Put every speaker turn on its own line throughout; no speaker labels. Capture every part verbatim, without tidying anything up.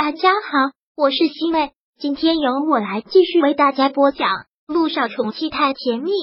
大家好，我是西妹，今天由我来继续为大家播讲《陆少宠妻太甜蜜》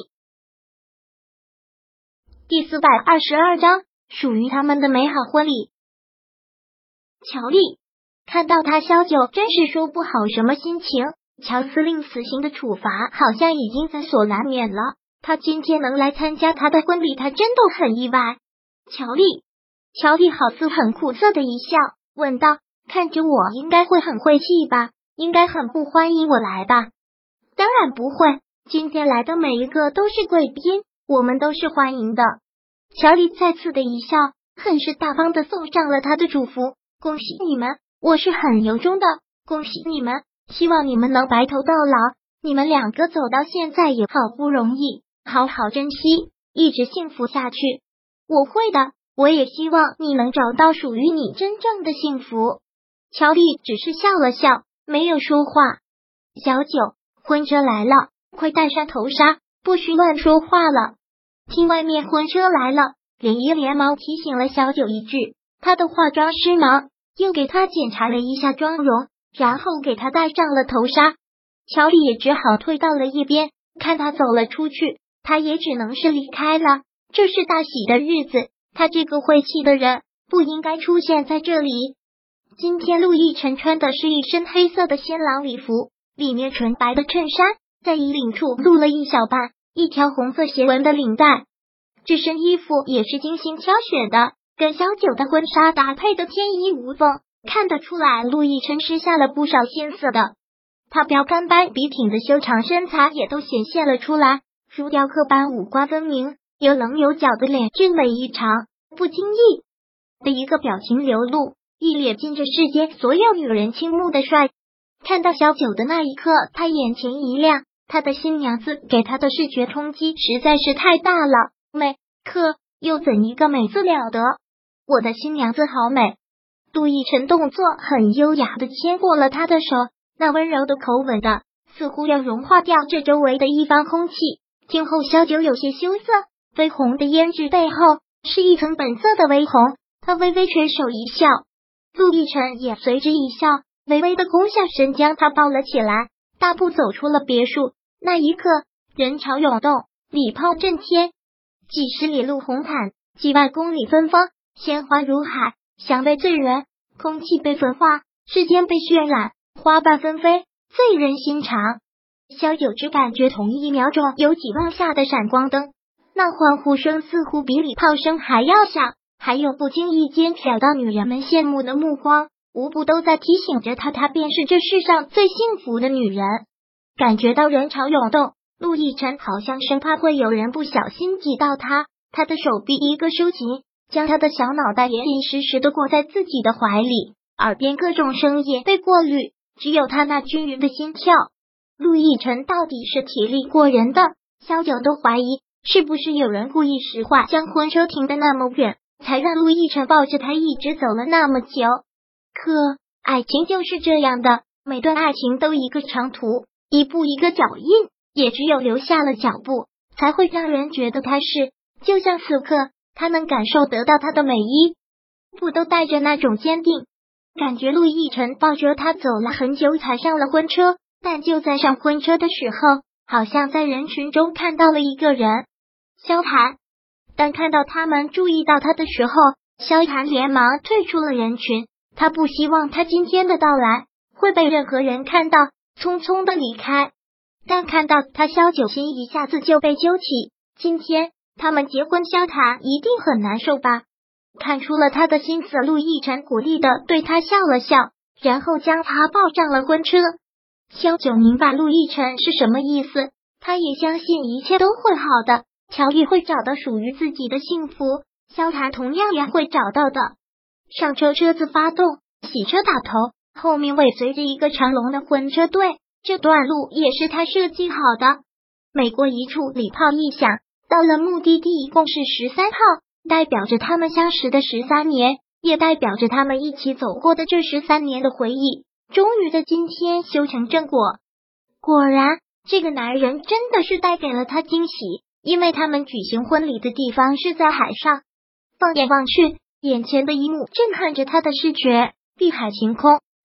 第四百二十二章，属于他们的美好婚礼。乔丽看到他萧九，真是说不好什么心情。乔司令死刑的处罚好像已经在所难免了，他今天能来参加他的婚礼，他真的很意外。乔丽，乔丽好似很苦涩的一笑，问道：“看着我，应该会很晦气吧？应该很不欢迎我来吧？”“当然不会，今天来的每一个都是贵宾，我们都是欢迎的。”乔丽再次的一笑，很是大方的送上了他的祝福：“恭喜你们，我是很由衷的，恭喜你们，希望你们能白头到老。你们两个走到现在也好不容易，好好珍惜，一直幸福下去。我会的，我也希望你能找到属于你真正的幸福。”乔丽只是笑了笑，没有说话。“小九，婚车来了，快戴上头纱，不许乱说话了。”听外面婚车来了，连依连忙提醒了小九一句，他的化妆师忙，又给他检查了一下妆容，然后给他戴上了头纱。乔丽也只好退到了一边，看他走了出去，他也只能是离开了。这是大喜的日子，他这个晦气的人不应该出现在这里。今天陆亦辰穿的是一身黑色的仙郎礼服，里面纯白的衬衫，在衣领处露了一小半，一条红色斜纹的领带。这身衣服也是精心挑选的，跟萧九的婚纱搭配的天衣无缝，看得出来陆亦辰是下了不少心思的。他标杆般笔挺的修长身材也都显现了出来，如雕刻般五官分明，有棱有角的脸俊美异常，不经意的一个表情流露，一脸浸着世间所有女人倾慕的帅。看到小九的那一刻，他眼前一亮，他的新娘子给他的视觉冲击实在是太大了，美，可又怎一个美字了得！我的新娘子好美。陆亦辰动作很优雅的牵过了他的手，那温柔的口吻的，似乎要融化掉这周围的一方空气。听后萧九有些羞涩，绯红的胭脂背后是一层本色的微红，他微微垂手一笑，陆亦辰也随之一笑，微微的弓下身将他抱了起来，大步走出了别墅。那一刻，人潮涌动，礼炮震天，几十里路红毯，几万公里芬芳，鲜花如海，香味醉人，空气被焚化，世间被渲染，花瓣纷飞，醉人心肠。萧九只感觉同一秒钟有几万下的闪光灯，那欢呼声似乎比礼炮声还要响，还有不经意间瞟到女人们羡慕的目光，无不都在提醒着他，她便是这世上最幸福的女人。感觉到人潮涌动，陆亦辰好像生怕会有人不小心挤到他，他的手臂一个收紧，将他的小脑袋严严实实的裹在自己的怀里，耳边各种声音被过滤，只有他那均匀的心跳。陆亦辰到底是体力过人的，萧九都怀疑是不是有人故意使坏，将婚车停得那么远，才让陆亦辰抱着他一直走了那么久。可爱情就是这样的，每段爱情都一个长途，一步一个脚印，也只有留下了脚步，才会让人觉得他是，就像此刻他能感受得到他的每一步都带着那种坚定。感觉陆亦辰抱着他走了很久才上了婚车，但就在上婚车的时候，好像在人群中看到了一个人，萧谈。当看到他们注意到他的时候，萧谈连忙退出了人群，他不希望他今天的到来会被任何人看到，匆匆的离开。但看到他，萧九心一下子就被揪起，今天他们结婚，萧谈一定很难受吧？看出了他的心思，陆亦辰鼓励的对他笑了笑，然后将他抱上了婚车。萧九明白陆亦辰是什么意思，他也相信一切都会好的，乔丽会找到属于自己的幸福，萧谈同样也会找到的。上车，车子发动，喜车打头，后面尾随着一个长龙的婚车队，这段路也是他设计好的。每过一处，礼炮一响，到了目的地一共是十三号，代表着他们相识的十三年，也代表着他们一起走过的这十三年的回忆，终于在今天修成正果。果然，这个男人真的是带给了他惊喜，因为他们举行婚礼的地方是在海上。放眼望去，眼前的一幕震撼着他的视觉，碧海晴空，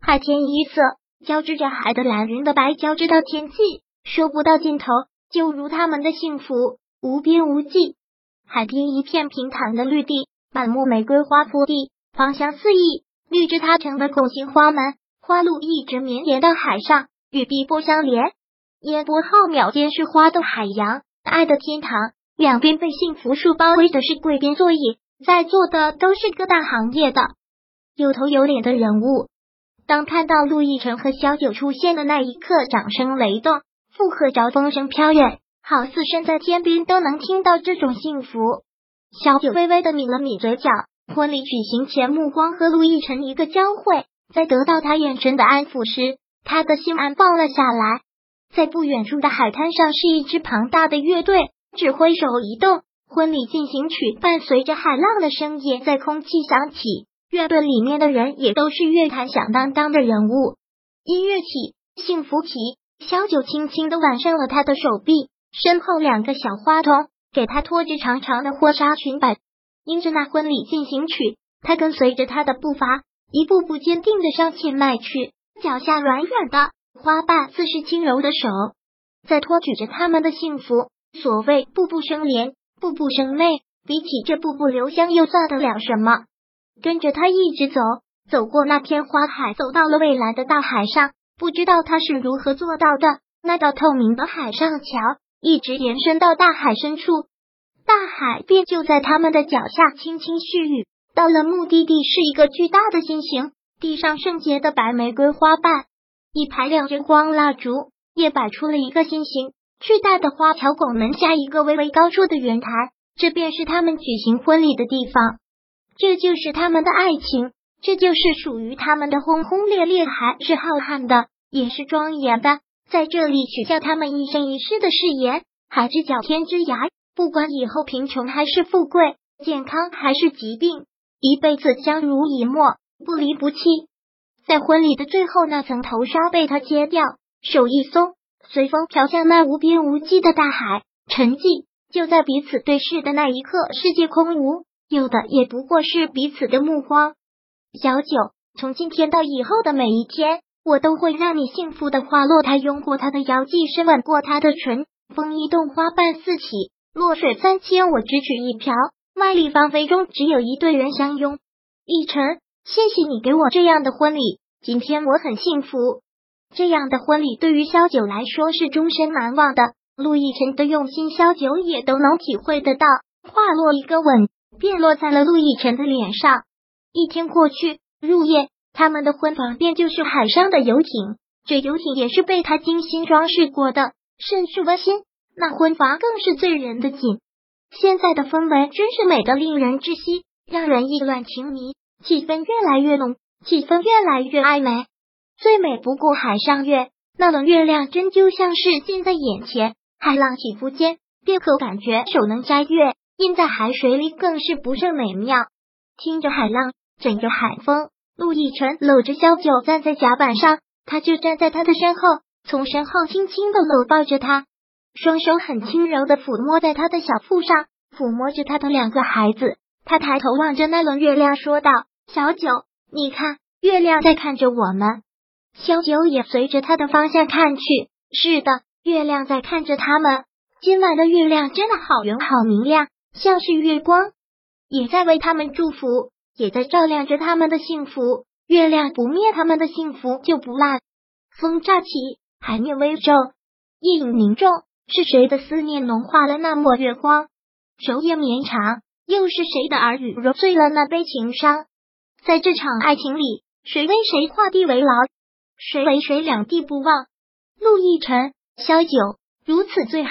海天一色，交织着海的蓝云的白交织到天际，说不到尽头，就如他们的幸福无边无际。海边一片平坦的绿地，满目玫瑰花铺地，芳香四溢，绿枝搭成的拱形花门，花路一直绵延到海上，与碧波相连。烟波浩渺，间是花的海洋，爱的天堂。两边被幸福树包围的是贵宾座椅，在座的都是各大行业的有头有脸的人物。当看到陆亦辰和萧九出现的那一刻，掌声雷动，附和着风声飘远，好似身在天边都能听到这种幸福。萧九微微的抿了抿嘴角，婚礼举行前，目光和陆亦辰一个交汇，在得到他眼神的安抚时，他的心安放了下来。在不远处的海滩上，是一支庞大的乐队，指挥手一动，婚礼进行曲伴随着海浪的声音在空气响起，乐队里面的人也都是乐坛响当当的人物。音乐起，幸福起，萧九轻轻地挽上了他的手臂，身后两个小花童给他拖着长长的婚纱裙摆，因着那婚礼进行曲，他跟随着他的步伐，一步步坚定地向前迈去，脚下软软的花瓣似是轻柔的手，在托举着他们的幸福。所谓步步生莲，步步生媚，比起这步步留香又算得了什么？跟着他一直走，走过那片花海，走到了蔚蓝的大海上。不知道他是如何做到的，那道透明的海上桥一直延伸到大海深处，大海便就在他们的脚下轻轻絮语。到了目的地是一个巨大的心形，地上圣洁的白玫瑰花瓣，一排亮着光蜡烛也摆出了一个心形。巨大的花桥拱门下一个微微高处的圆台，这便是他们举行婚礼的地方，这就是他们的爱情，这就是属于他们的轰轰烈烈，还是浩瀚的，也是庄严的。在这里许下他们一生一世的誓言，海之角天之涯，不管以后贫穷还是富贵，健康还是疾病，一辈子相濡以沫，不离不弃。在婚礼的最后，那层头纱被他揭掉，手一松，随风飘向那无边无际的大海，沉寂。就在彼此对视的那一刻，世界空无，有的也不过是彼此的目光。小九，从今天到以后的每一天，我都会让你幸福的滑落。他拥过他的腰，既深吻过他的唇，风一动，花瓣四起，落水三千，我只取一瓢，万里芳菲中只有一对人相拥。亦辰，谢谢你给我这样的婚礼，今天我很幸福。这样的婚礼对于萧九来说是终身难忘的，陆亦辰的用心，萧九也都能体会得到。话落一个吻，便落在了陆亦辰的脸上。一天过去，入夜，他们的婚房便就是海上的游艇，这游艇也是被他精心装饰过的，甚是温馨。那婚房更是醉人的景，现在的氛围真是美得令人窒息，让人意乱情迷，气氛越来越浓，气氛越来越暧昧。最美不过海上月，那轮月亮真就像是近在眼前，海浪起伏间，便可感觉手能摘月，印在海水里更是不胜美妙。听着海浪，枕着海风，陆亦辰搂着萧九站在甲板上，他就站在他的身后，从身后轻轻的搂抱着他，双手很轻柔的抚摸在他的小腹上，抚摸着他的两个孩子。他抬头望着那轮月亮说道：小九，你看，月亮在看着我们。萧九也随着他的方向看去，是的，月亮在看着他们。今晚的月亮真的好圆好明亮，像是月光，也在为他们祝福，也在照亮着他们的幸福。月亮不灭，他们的幸福就不烂。风乍起，海面微皱，夜影凝重，是谁的思念融化了那抹月光？昼夜绵长，又是谁的耳语揉碎了那悲情伤？在这场爱情里，谁为谁画地为牢？谁为谁两地不忘？陆亦辰、萧九，如此最好。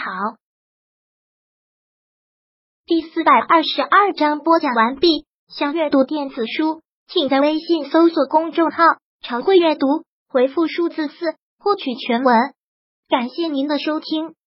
第四百二十二章播讲完毕。想阅读电子书，请在微信搜索公众号常会阅读，回复数字四获取全文。感谢您的收听。